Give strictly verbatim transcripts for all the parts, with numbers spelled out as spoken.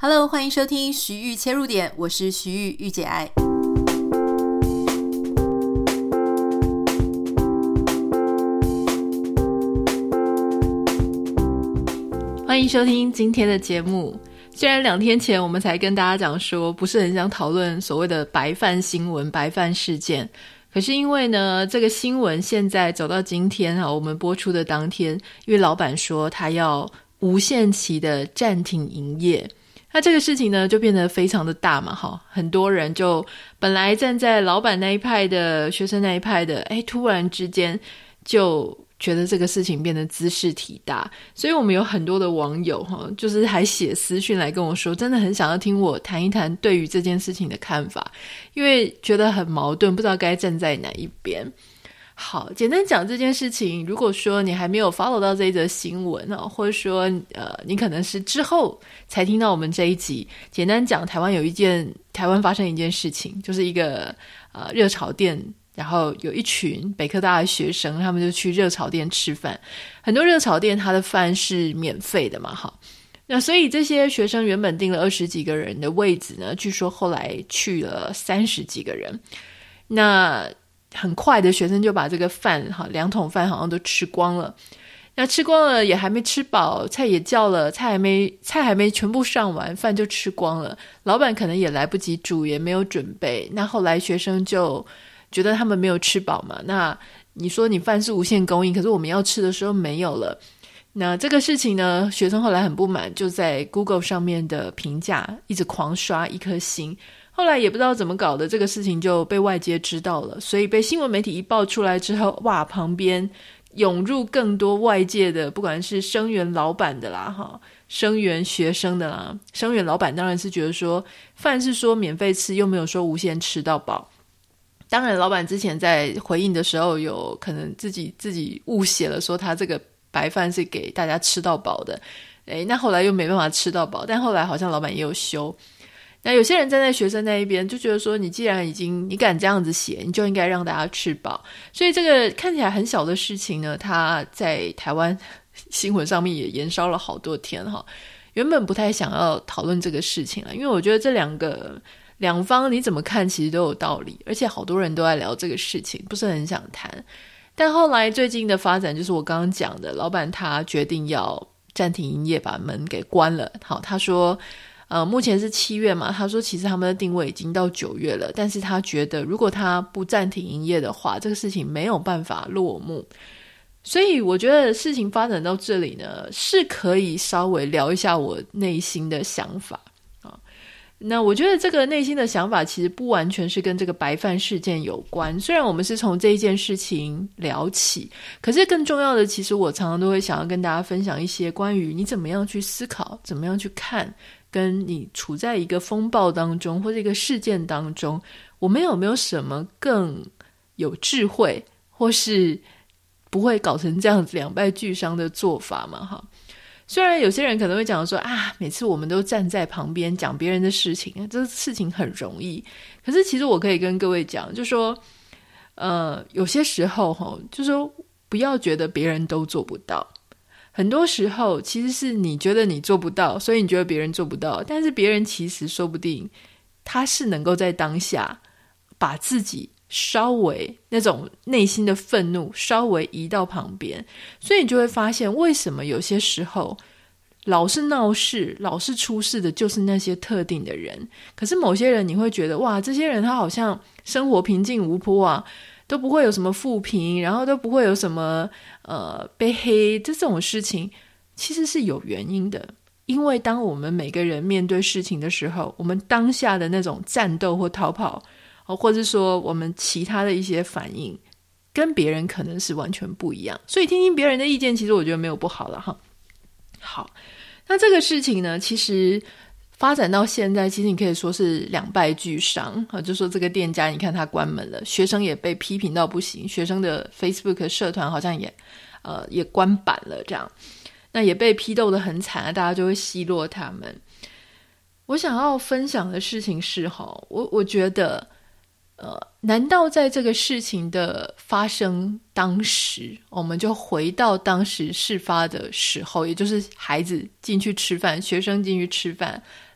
Hello， 欢迎收听徐玉切入点，我是徐玉玉姐爱。欢迎收听今天的节目。虽然两天前我们才跟大家讲说不是很想讨论所谓的白饭新闻、白饭事件，可是因为呢这个新闻现在走到今天我们播出的当天，因为老板说他要无限期的暂停营业，那这个事情呢就变得非常的大嘛，很多人就本来站在老板那一派的、学生那一派的，诶突然之间就觉得这个事情变得兹事体大，所以我们有很多的网友就是还写私讯来跟我说，真的很想要听我谈一谈对于这件事情的看法，因为觉得很矛盾，不知道该站在哪一边。好，简单讲这件事情，如果说你还没有 follow 到这一则新闻或者说呃，你可能是之后才听到我们这一集，简单讲，台湾有一件台湾发生一件事情，就是一个呃热炒店，然后有一群北科大的学生，他们就去热炒店吃饭。很多热炒店它的饭是免费的嘛，哈，那所以这些学生原本订了二十几个人的位置呢，据说后来去了三十几个人。那很快的学生就把这个饭哈，两桶饭好像都吃光了。那吃光了也还没吃饱，菜也叫了，菜还没菜还没全部上完，饭就吃光了。老板可能也来不及煮，也没有准备。那后来学生就觉得他们没有吃饱嘛，那你说你饭是无限供应，可是我们要吃的时候没有了。那这个事情呢，学生后来很不满，就在 Google 上面的评价一直狂刷一颗星。后来也不知道怎么搞的，这个事情就被外界知道了，所以被新闻媒体一爆出来之后，哇，旁边涌入更多外界的，不管是声援老板的啦，哈，声援学生的啦。声援老板当然是觉得说，饭是说免费吃，又没有说无限吃到饱。当然老板之前在回应的时候，有可能自己自己误写了，说他这个白饭是给大家吃到饱的，诶，那后来又没办法吃到饱，但后来好像老板也有修。那有些人站在学生那一边，就觉得说，你既然已经你敢这样子写，你就应该让大家吃饱。所以这个看起来很小的事情呢，它在台湾新闻上面也延烧了好多天哈。原本不太想要讨论这个事情了，因为我觉得这两个两方你怎么看其实都有道理，而且好多人都在聊这个事情，不是很想谈。但后来最近的发展就是我刚刚讲的，老板他决定要暂停营业，把门给关了。好，他说呃，目前是七月嘛，他说其实他们的定位已经到九月了，但是他觉得如果他不暂停营业的话，这个事情没有办法落幕。所以我觉得事情发展到这里呢，是可以稍微聊一下我内心的想法啊。那我觉得这个内心的想法其实不完全是跟这个白饭事件有关，虽然我们是从这一件事情聊起，可是更重要的，其实我常常都会想要跟大家分享一些关于你怎么样去思考，怎么样去看，跟你处在一个风暴当中或者一个事件当中，我们有没有什么更有智慧或是不会搞成这样子两败俱伤的做法嘛？哈，虽然有些人可能会讲说啊，每次我们都站在旁边讲别人的事情，这事情很容易，可是其实我可以跟各位讲，就说呃，有些时候就说不要觉得别人都做不到，很多时候其实是你觉得你做不到，所以你觉得别人做不到，但是别人其实说不定他是能够在当下把自己稍微那种内心的愤怒稍微移到旁边，所以你就会发现为什么有些时候老是闹事老是出事的就是那些特定的人，可是某些人你会觉得哇，这些人他好像生活平静无波啊，都不会有什么负评，然后都不会有什么呃被黑，这种事情其实是有原因的。因为当我们每个人面对事情的时候，我们当下的那种战斗或逃跑，或者说我们其他的一些反应跟别人可能是完全不一样，所以听听别人的意见其实我觉得没有不好了哈。好，那这个事情呢，其实发展到现在，其实你可以说是两败俱伤，就说这个店家你看他关门了，学生也被批评到不行，学生的 Facebook 社团好像也呃也关版了这样，那也被批斗得很惨，大家就会奚落他们。我想要分享的事情是我我觉得呃，难道在这个事情的发生当时，我们就回到当时事发的时候，也就是孩子进去吃饭，学生进去吃饭，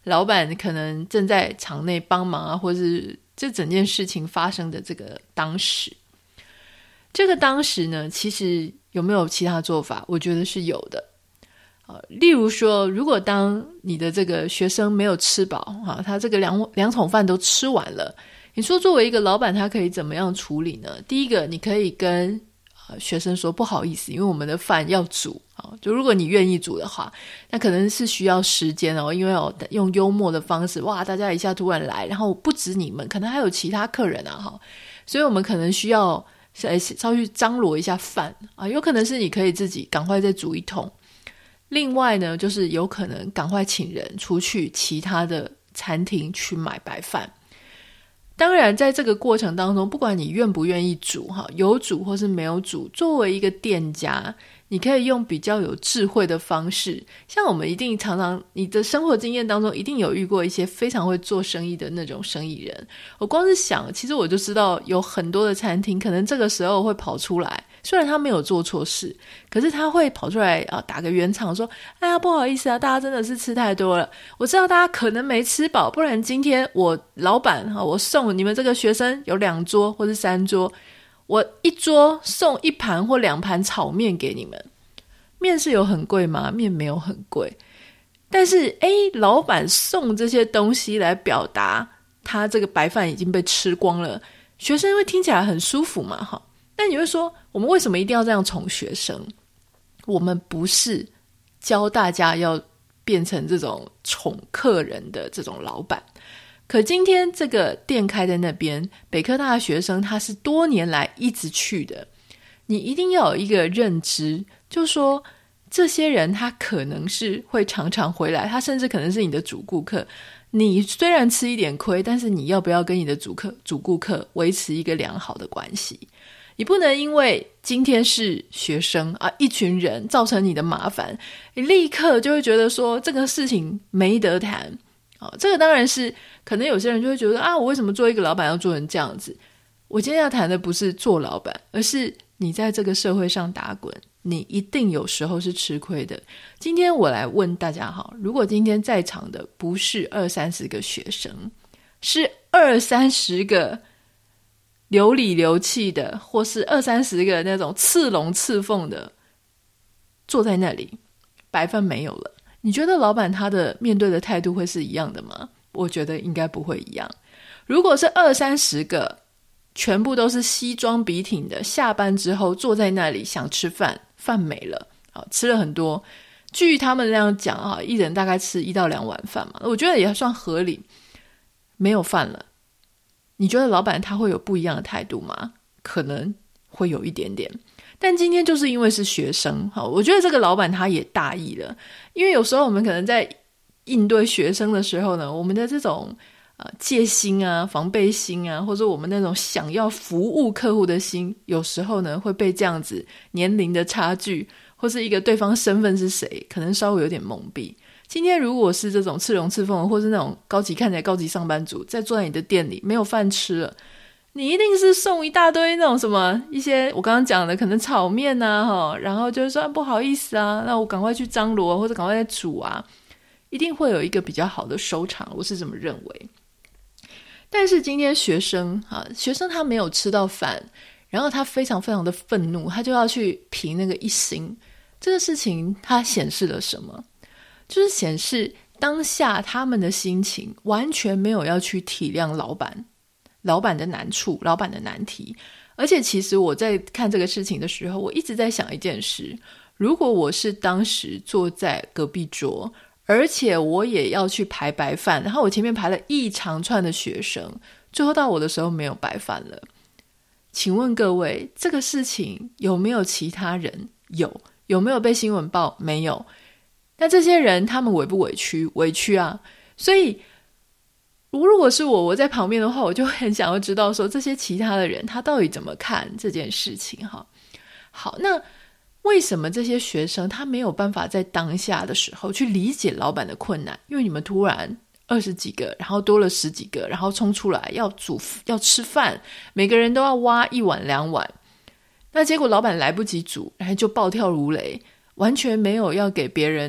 老板可能正在场内帮忙啊，或是这整件事情发生的这个当时。这个当时呢，其实有没有其他做法？我觉得是有的。呃、例如说，如果当你的这个学生没有吃饱，啊、他这个两两桶饭都吃完了，你说作为一个老板，他可以怎么样处理呢？第一个，你可以跟、呃、学生说不好意思，因为我们的饭要煮、啊、就如果你愿意煮的话，那可能是需要时间哦，因为、哦、用幽默的方式，哇，大家一下突然来，然后不止你们，可能还有其他客人啊，哈，所以我们可能需要稍微张罗一下饭啊，有可能是你可以自己赶快再煮一桶。另外呢，就是有可能赶快请人出去其他的餐厅去买白饭。当然在这个过程当中，不管你愿不愿意煮，有煮或是没有煮，作为一个店家，你可以用比较有智慧的方式，像我们一定常常，你的生活经验当中一定有遇过一些非常会做生意的那种生意人。我光是想，其实我就知道有很多的餐厅可能这个时候会跑出来，虽然他没有做错事，可是他会跑出来啊，打个圆场说，哎呀不好意思啊，大家真的是吃太多了，我知道大家可能没吃饱，不然今天我老板我送你们这个学生有两桌或是三桌，我一桌送一盘或两盘炒面给你们。面是有很贵吗？面没有很贵，但是诶，老板送这些东西来表达他这个白饭已经被吃光了，学生会听起来很舒服嘛，哈。那你会说，我们为什么一定要这样宠学生？我们不是教大家要变成这种宠客人的这种老板。可今天这个店开在那边，北科大的学生他是多年来一直去的，你一定要有一个认知，就是说这些人他可能是会常常回来，他甚至可能是你的主顾客。你虽然吃一点亏，但是你要不要跟你的主客主顾客维持一个良好的关系？你不能因为今天是学生啊，一群人造成你的麻烦，你立刻就会觉得说这个事情没得谈啊。这个当然是可能有些人就会觉得啊，我为什么做一个老板要做成这样子？我今天要谈的不是做老板，而是你在这个社会上打滚，你一定有时候是吃亏的。今天我来问大家哈，如果今天在场的不是二三十个学生，是二三十个流里流气的，或是二三十个那种刺龙刺凤的坐在那里，白饭没有了，你觉得老板他的面对的态度会是一样的吗？我觉得应该不会一样。如果是二三十个全部都是西装笔挺的，下班之后坐在那里想吃饭，饭没了，吃了很多，据他们那样讲，一人大概吃一到两碗饭嘛，我觉得也算合理。没有饭了，你觉得老板他会有不一样的态度吗？可能会有一点点。但今天就是因为是学生，我觉得这个老板他也大意了，因为有时候我们可能在应对学生的时候呢，我们的这种呃戒心啊、防备心啊，或者我们那种想要服务客户的心，有时候呢会被这样子年龄的差距，或是一个对方身份是谁，可能稍微有点蒙蔽。今天如果是这种刺龙刺凤，或是那种高级看起来高级上班族，在坐在你的店里没有饭吃了，你一定是送一大堆那种什么一些我刚刚讲的可能炒面啊，然后就是说、啊、不好意思啊，那我赶快去张罗或者赶快再煮啊，一定会有一个比较好的收场，我是这么认为。但是今天学生啊，学生他没有吃到饭，然后他非常非常的愤怒，他就要去评那个一星，这个事情它显示了什么？就是显示当下他们的心情完全没有要去体谅老板老板的难处，老板的难题。而且其实我在看这个事情的时候，我一直在想一件事，如果我是当时坐在隔壁桌，而且我也要去排白饭，然后我前面排了一长串的学生，最后到我的时候没有白饭了，请问各位，这个事情有没有其他人？有。有没有被新闻报？没有。那这些人他们委不委屈？委屈啊。所以如果是我我在旁边的话，我就很想要知道说这些其他的人他到底怎么看这件事情哈。好，那为什么这些学生他没有办法在当下的时候去理解老板的困难？因为你们突然二十几个，然后多了十几个，然后冲出来要煮要吃饭，每个人都要挖一碗两碗，那结果老板来不及煮，然后就暴跳如雷，完全没有要给别人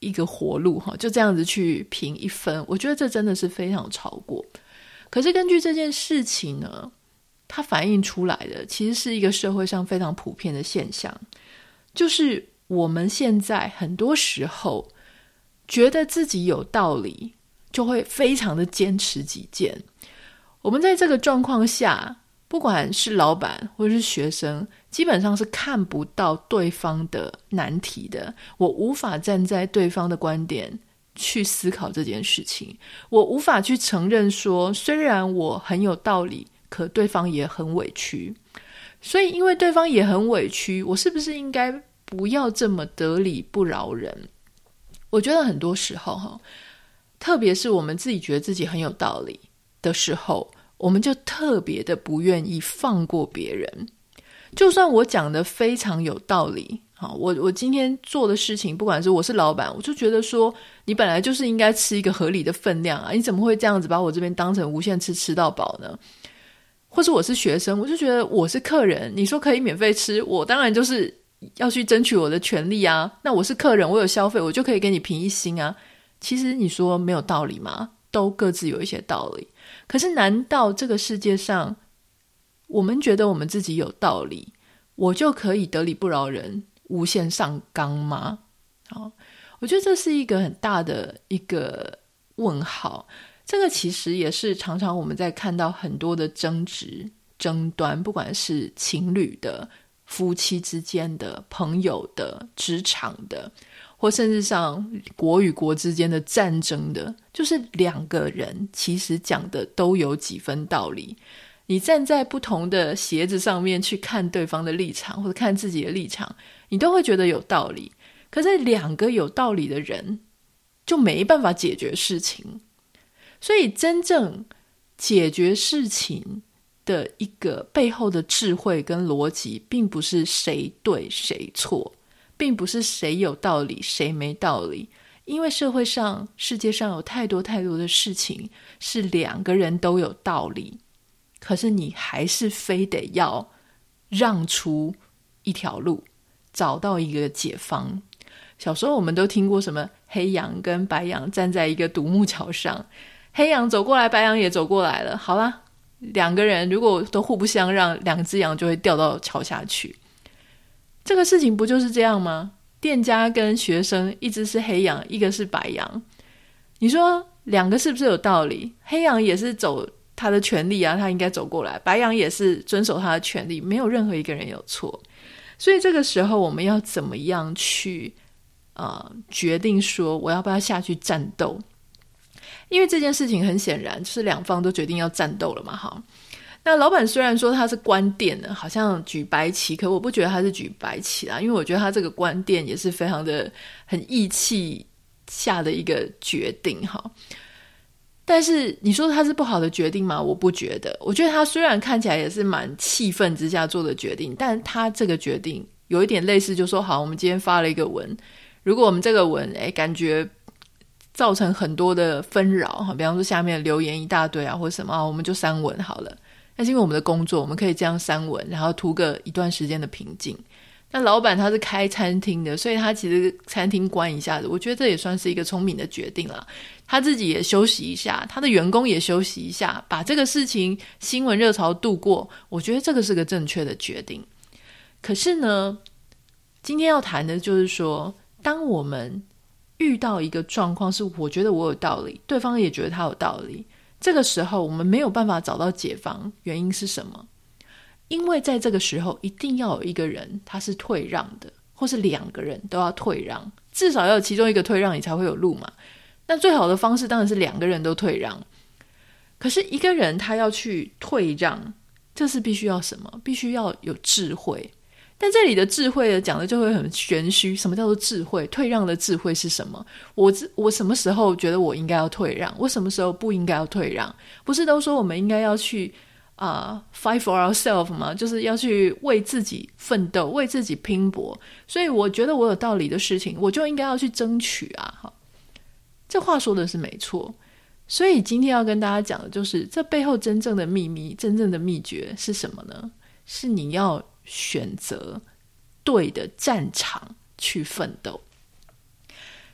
一个活路，就这样子去评一分，我觉得这真的是非常超过。可是根据这件事情呢，它反映出来的其实是一个社会上非常普遍的现象，就是我们现在很多时候觉得自己有道理，就会非常的坚持己见。我们在这个状况下，不管是老板或是学生，基本上是看不到对方的难题的。我无法站在对方的观点去思考这件事情，我无法去承认说，虽然我很有道理，可对方也很委屈。所以因为对方也很委屈，我是不是应该不要这么得理不饶人？我觉得很多时候，特别是我们自己觉得自己很有道理的时候，我们就特别的不愿意放过别人。就算我讲的非常有道理，我我今天做的事情，不管是我是老板，我就觉得说，你本来就是应该吃一个合理的分量啊，你怎么会这样子把我这边当成无限吃吃到饱呢？或是我是学生，我就觉得我是客人，你说可以免费吃，我当然就是要去争取我的权利啊。那我是客人，我有消费，我就可以给你平一心啊。其实你说没有道理吗？都各自有一些道理。可是难道这个世界上，我们觉得我们自己有道理，我就可以得理不饶人，无限上纲吗？好，我觉得这是一个很大的一个问号。这个其实也是常常我们在看到很多的争执争端，不管是情侣的、夫妻之间的、朋友的、职场的，或甚至上国与国之间的战争的，就是两个人其实讲的都有几分道理，你站在不同的鞋子上面去看对方的立场，或者看自己的立场，你都会觉得有道理。可是两个有道理的人就没办法解决事情。所以真正解决事情的一个背后的智慧跟逻辑，并不是谁对谁错，并不是谁有道理谁没道理，因为社会上世界上有太多太多的事情是两个人都有道理，可是你还是非得要让出一条路，找到一个解方。小时候我们都听过什么黑羊跟白羊站在一个独木桥上，黑羊走过来，白羊也走过来了，好啦，两个人如果都互不相让，两只羊就会掉到桥下去。这个事情不就是这样吗？店家跟学生，一只是黑羊，一个是白羊，你说两个是不是有道理？黑羊也是走他的权利啊，他应该走过来，白羊也是遵守他的权利，没有任何一个人有错。所以这个时候我们要怎么样去呃决定说我要不要下去战斗？因为这件事情很显然就是两方都决定要战斗了嘛，哈。那老板虽然说他是关店的，好像举白旗，可我不觉得他是举白旗啦，因为我觉得他这个关店也是非常的很义气下的一个决定，哈。但是你说他是不好的决定吗？我不觉得。我觉得他虽然看起来也是蛮气愤之下做的决定，但他这个决定有一点类似，就说好，我们今天发了一个文，如果我们这个文诶感觉造成很多的纷扰，比方说下面留言一大堆啊或什么、啊、我们就删文好了。但是因为我们的工作我们可以这样删文，然后图个一段时间的平静。那老板他是开餐厅的，所以他其实餐厅关一下子，我觉得这也算是一个聪明的决定啦。他自己也休息一下，他的员工也休息一下，把这个事情新闻热潮度过，我觉得这个是个正确的决定。可是呢，今天要谈的就是说，当我们遇到一个状况是我觉得我有道理，对方也觉得他有道理，这个时候我们没有办法找到解方，原因是什么？因为在这个时候一定要有一个人他是退让的，或是两个人都要退让，至少要有其中一个退让，你才会有路嘛。那最好的方式当然是两个人都退让，可是一个人他要去退让，这是必须要什么？必须要有智慧。但这里的智慧讲的就会很玄虚，什么叫做智慧？退让的智慧是什么？我我什么时候觉得我应该要退让？我什么时候不应该要退让？不是都说我们应该要去Uh, fight for ourselves 嘛，就是要去为自己奋斗，为自己拼搏。所以我觉得我有道理的事情，我就应该要去争取啊。好，这话说的是没错。所以今天要跟大家讲的就是，这背后真正的秘密，真正的秘诀是什么呢？是你要选择对的战场去奋斗。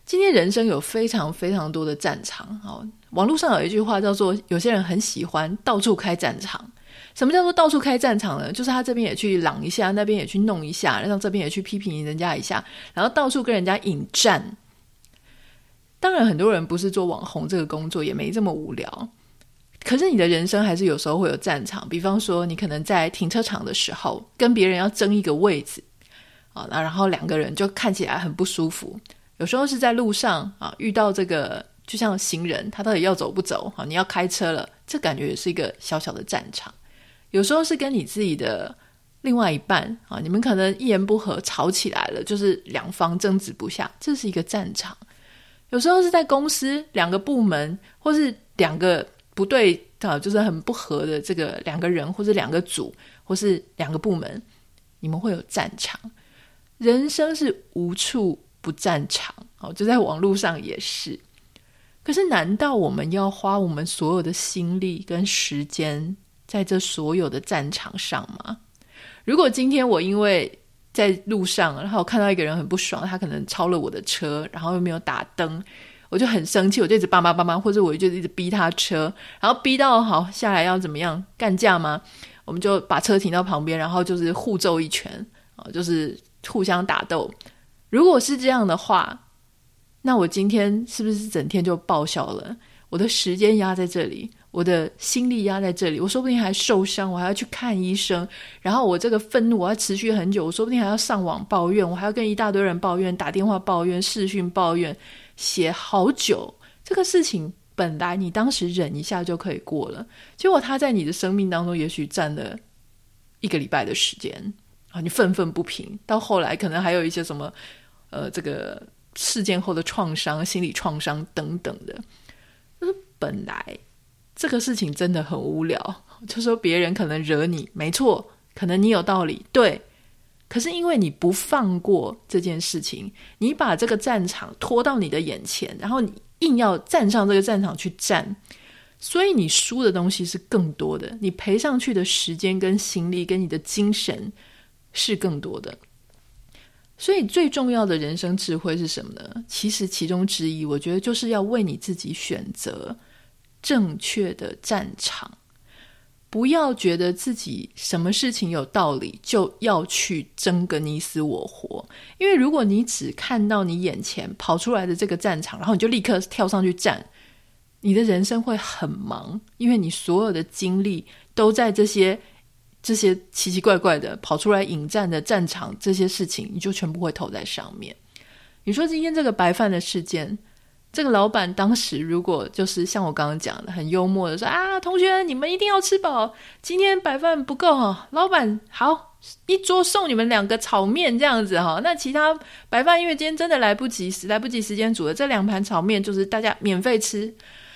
今天人生有非常非常多的战场、哦、网络上有一句话叫做有些人很喜欢到处开战场。什么叫做到处开战场呢？就是他这边也去嚷一下，那边也去弄一下，然后这边也去批评人家一下，然后到处跟人家引战。当然很多人不是做网红这个工作也没这么无聊，可是你的人生还是有时候会有战场。比方说你可能在停车场的时候跟别人要争一个位置、啊、然后两个人就看起来很不舒服。有时候是在路上、啊、遇到这个就像行人，他到底要走不走、啊、你要开车了，这感觉也是一个小小的战场。有时候是跟你自己的另外一半、啊、你们可能一言不合吵起来了，就是两方争执不下，这是一个战场。有时候是在公司两个部门或是两个不对、啊、就是很不合的这个两个人或是两个组或是两个部门，你们会有战场。人生是无处不战场、哦、就在网络上也是。可是难道我们要花我们所有的心力跟时间在这所有的战场上吗？如果今天我因为在路上，然后我看到一个人很不爽，他可能超了我的车，然后又没有打灯，我就很生气，我就一直叭叭叭叭，或者我就一直逼他车，然后逼到好下来要怎么样干架吗？我们就把车停到旁边，然后就是互揍一拳、哦、就是互相打斗。如果是这样的话，那我今天是不是整天就报销了？我的时间压在这里，我的心力压在这里，我说不定还受伤，我还要去看医生，然后我这个愤怒我要持续很久，我说不定还要上网抱怨，我还要跟一大堆人抱怨，打电话抱怨，视讯抱怨，写好久。这个事情本来你当时忍一下就可以过了，结果他在你的生命当中也许占了一个礼拜的时间啊，你愤愤不平，到后来可能还有一些什么呃，这个事件后的创伤、心理创伤等等的。就是本来这个事情真的很无聊，就说别人可能惹你，没错，可能你有道理，对，可是因为你不放过这件事情，你把这个战场拖到你的眼前，然后你硬要站上这个战场去战，所以你输的东西是更多的，你赔上去的时间跟心力跟你的精神是更多的。所以最重要的人生智慧是什么呢？其实其中之一，我觉得就是要为你自己选择正确的战场，不要觉得自己什么事情有道理就要去争个你死我活。因为如果你只看到你眼前跑出来的这个战场，然后你就立刻跳上去战，你的人生会很忙，因为你所有的精力都在这些这些奇奇怪怪的跑出来引战的战场，这些事情你就全部会投在上面。你说今天这个白饭的事件，这个老板当时如果就是像我刚刚讲的很幽默的说啊，同学你们一定要吃饱，今天白饭不够、哦、老板好一桌送你们两个炒面这样子、哦、那其他白饭因为今天真的来不及来不及时间煮了，这两盘炒面就是大家免费吃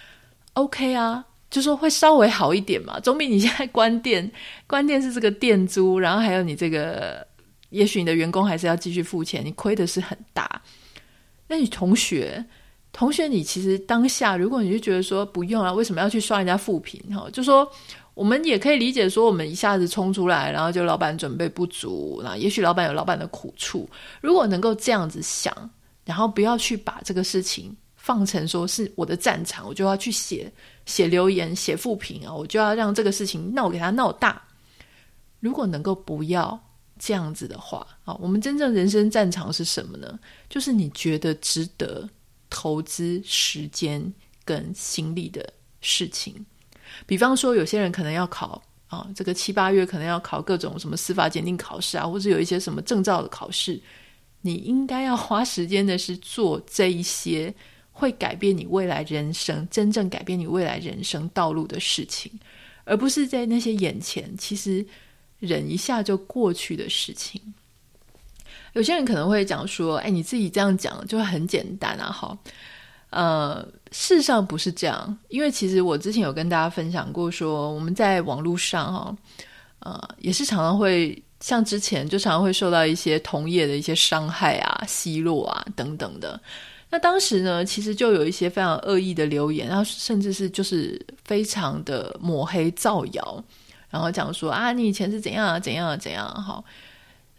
OK 啊，就说会稍微好一点嘛，总比你现在关店，关店是这个店租，然后还有你这个也许你的员工还是要继续付钱，你亏的是很大。那你同学同学你其实当下如果你就觉得说不用啊，为什么要去刷人家负评、哦、就说我们也可以理解说我们一下子冲出来，然后就老板准备不足，那也许老板有老板的苦处，如果能够这样子想，然后不要去把这个事情放成说是我的战场，我就要去写写留言写负评啊，我就要让这个事情闹给他闹大。如果能够不要这样子的话啊，我们真正人生战场是什么呢？就是你觉得值得投资时间跟心力的事情。比方说有些人可能要考啊，这个七八月可能要考各种什么司法鉴定考试啊，或者有一些什么证照的考试，你应该要花时间的是做这一些会改变你未来人生，真正改变你未来人生道路的事情，而不是在那些眼前其实忍一下就过去的事情。有些人可能会讲说，哎，你自己这样讲就很简单啊，好，呃，事实上不是这样，因为其实我之前有跟大家分享过说，我们在网络上哈，呃，也是常常会像之前就常常会受到一些同业的一些伤害啊、奚落啊等等的。那当时呢，其实就有一些非常恶意的留言，然后甚至是就是非常的抹黑造谣，然后讲说啊，你以前是怎样啊怎样啊怎样啊，好。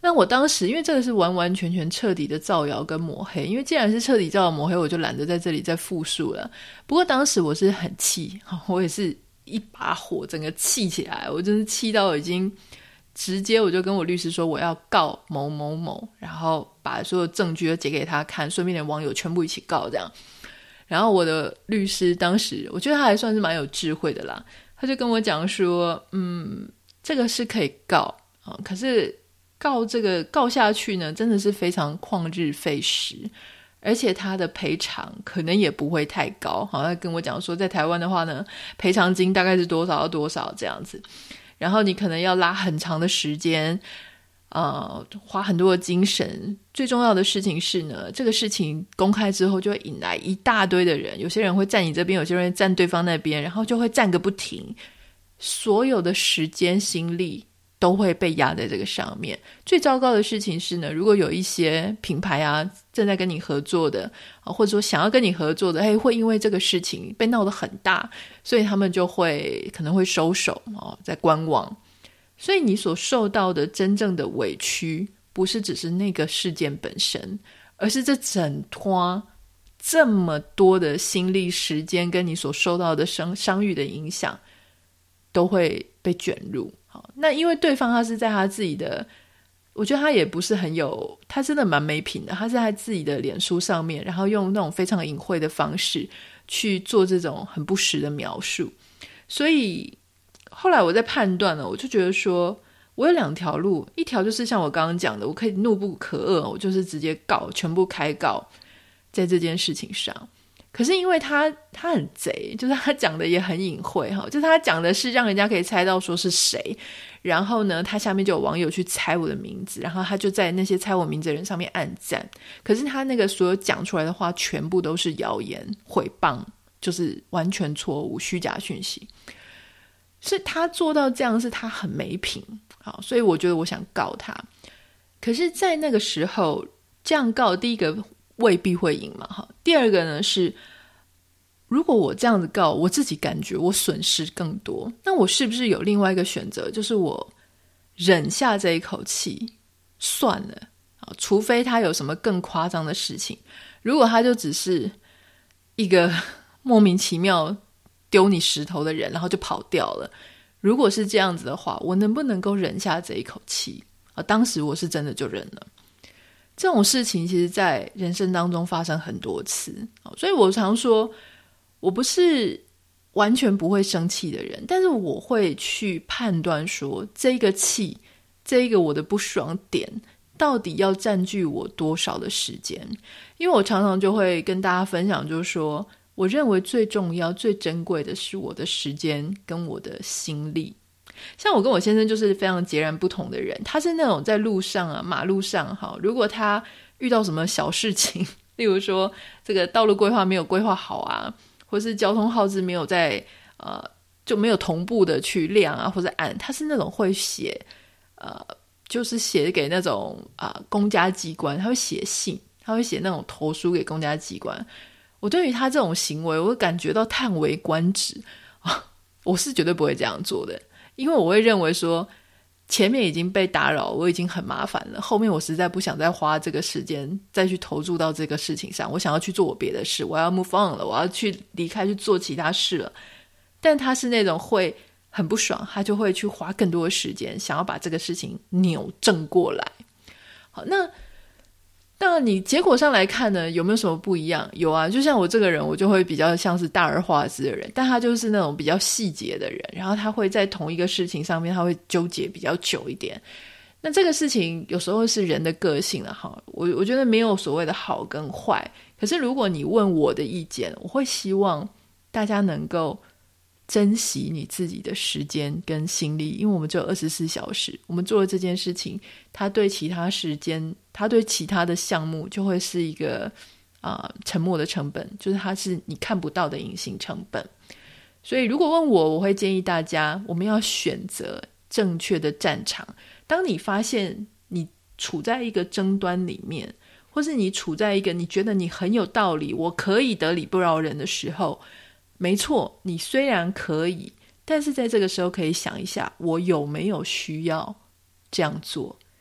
那我当时因为这个是完完全全彻底的造谣跟抹黑，因为既然是彻底造谣抹黑，我就懒得在这里再复述了。不过当时我是很气，我也是一把火整个气起来，我真是气到已经直接我就跟我律师说我要告某某某，然后把所有证据都截给他看，顺便连网友全部一起告这样。然后我的律师当时我觉得他还算是蛮有智慧的啦，他就跟我讲说嗯，这个是可以告、哦、可是告这个告下去呢真的是非常旷日费时，而且他的赔偿可能也不会太高。好，他跟我讲说在台湾的话呢赔偿金大概是多少到多少这样子，然后你可能要拉很长的时间呃，花很多的精神。最重要的事情是呢，这个事情公开之后就会引来一大堆的人，有些人会站你这边，有些人会站对方那边，然后就会站个不停，所有的时间心力都会被压在这个上面。最糟糕的事情是呢，如果有一些品牌啊正在跟你合作的，或者说想要跟你合作的，嘿，会因为这个事情被闹得很大，所以他们就会可能会收手、哦、在观望。所以你所受到的真正的委屈不是只是那个事件本身，而是这整团这么多的心力时间跟你所受到的伤伤愈的影响都会被卷入。好，那因为对方他是在他自己的，我觉得他也不是很有，他真的蛮没品的，他是在自己的脸书上面，然后用那种非常隐晦的方式去做这种很不实的描述。所以后来我在判断了，我就觉得说我有两条路，一条就是像我刚刚讲的，我可以怒不可遏，我就是直接告，全部开告在这件事情上。可是因为他他很贼，就是他讲的也很隐晦，就是他讲的是让人家可以猜到说是谁，然后呢他下面就有网友去猜我的名字，然后他就在那些猜我名字的人上面按赞，可是他那个所有讲出来的话全部都是谣言毁谤，就是完全错误虚假讯息。是他做到这样是他很没品，好，所以我觉得我想告他。可是在那个时候这样告，第一个未必会赢嘛，第二个呢是如果我这样子告，我自己感觉我损失更多，那我是不是有另外一个选择，就是我忍下这一口气算了，除非他有什么更夸张的事情。如果他就只是一个莫名其妙丢你石头的人然后就跑掉了，如果是这样子的话，我能不能够忍下这一口气、啊、当时我是真的就忍了。这种事情其实在人生当中发生很多次，所以我常说我不是完全不会生气的人，但是我会去判断说这个气，这个我的不爽点到底要占据我多少的时间。因为我常常就会跟大家分享，就是说我认为最重要最珍贵的是我的时间跟我的心力。像我跟我先生就是非常截然不同的人，他是那种在路上啊马路上哈，如果他遇到什么小事情，例如说这个道路规划没有规划好啊，或是交通号志没有在呃就没有同步的去亮啊或者按，他是那种会写呃就是写给那种啊、呃、公家机关，他会写信，他会写那种投书给公家机关。我对于他这种行为我会感觉到叹为观止、啊、我是绝对不会这样做的，因为我会认为说前面已经被打扰，我已经很麻烦了，后面我实在不想再花这个时间再去投注到这个事情上，我想要去做我别的事，我要 move on 了，我要去离开去做其他事了。但他是那种会很不爽，他就会去花更多的时间想要把这个事情扭正过来。好，那当然你结果上来看呢，有没有什么不一样？有啊，就像我这个人，我就会比较像是大而化之的人，但他就是那种比较细节的人，然后他会在同一个事情上面他会纠结比较久一点。那这个事情有时候是人的个性了哈，我我觉得没有所谓的好跟坏，可是如果你问我的意见，我会希望大家能够珍惜你自己的时间跟心力，因为我们只有二十四小时，我们做了这件事情，它对其他时间，它对其他的项目就会是一个、呃、沉默的成本，就是它是你看不到的隐形成本。所以如果问我，我会建议大家我们要选择正确的战场。当你发现你处在一个争端里面，或是你处在一个你觉得你很有道理，我可以得理不饶人的时候，没错，你虽然可以，但是在这个时候可以想一下，我有没有需要这样做？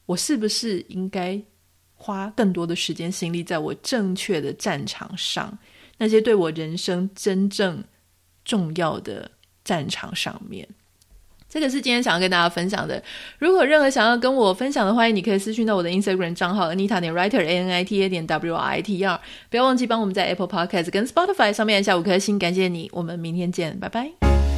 我是不是应该花更多的时间心力在我正确的战场上，那些对我人生真正重要的战场上面。这个是今天想要跟大家分享的。如果有任何想要跟我分享的，欢迎你可以私讯到我的 Instagram 账号 Anita 点 Writer A N I T A 点 W R I T E R。 不要忘记帮我们在 Apple Podcast 跟 Spotify 上面按下五颗星，感谢你，我们明天见，拜拜。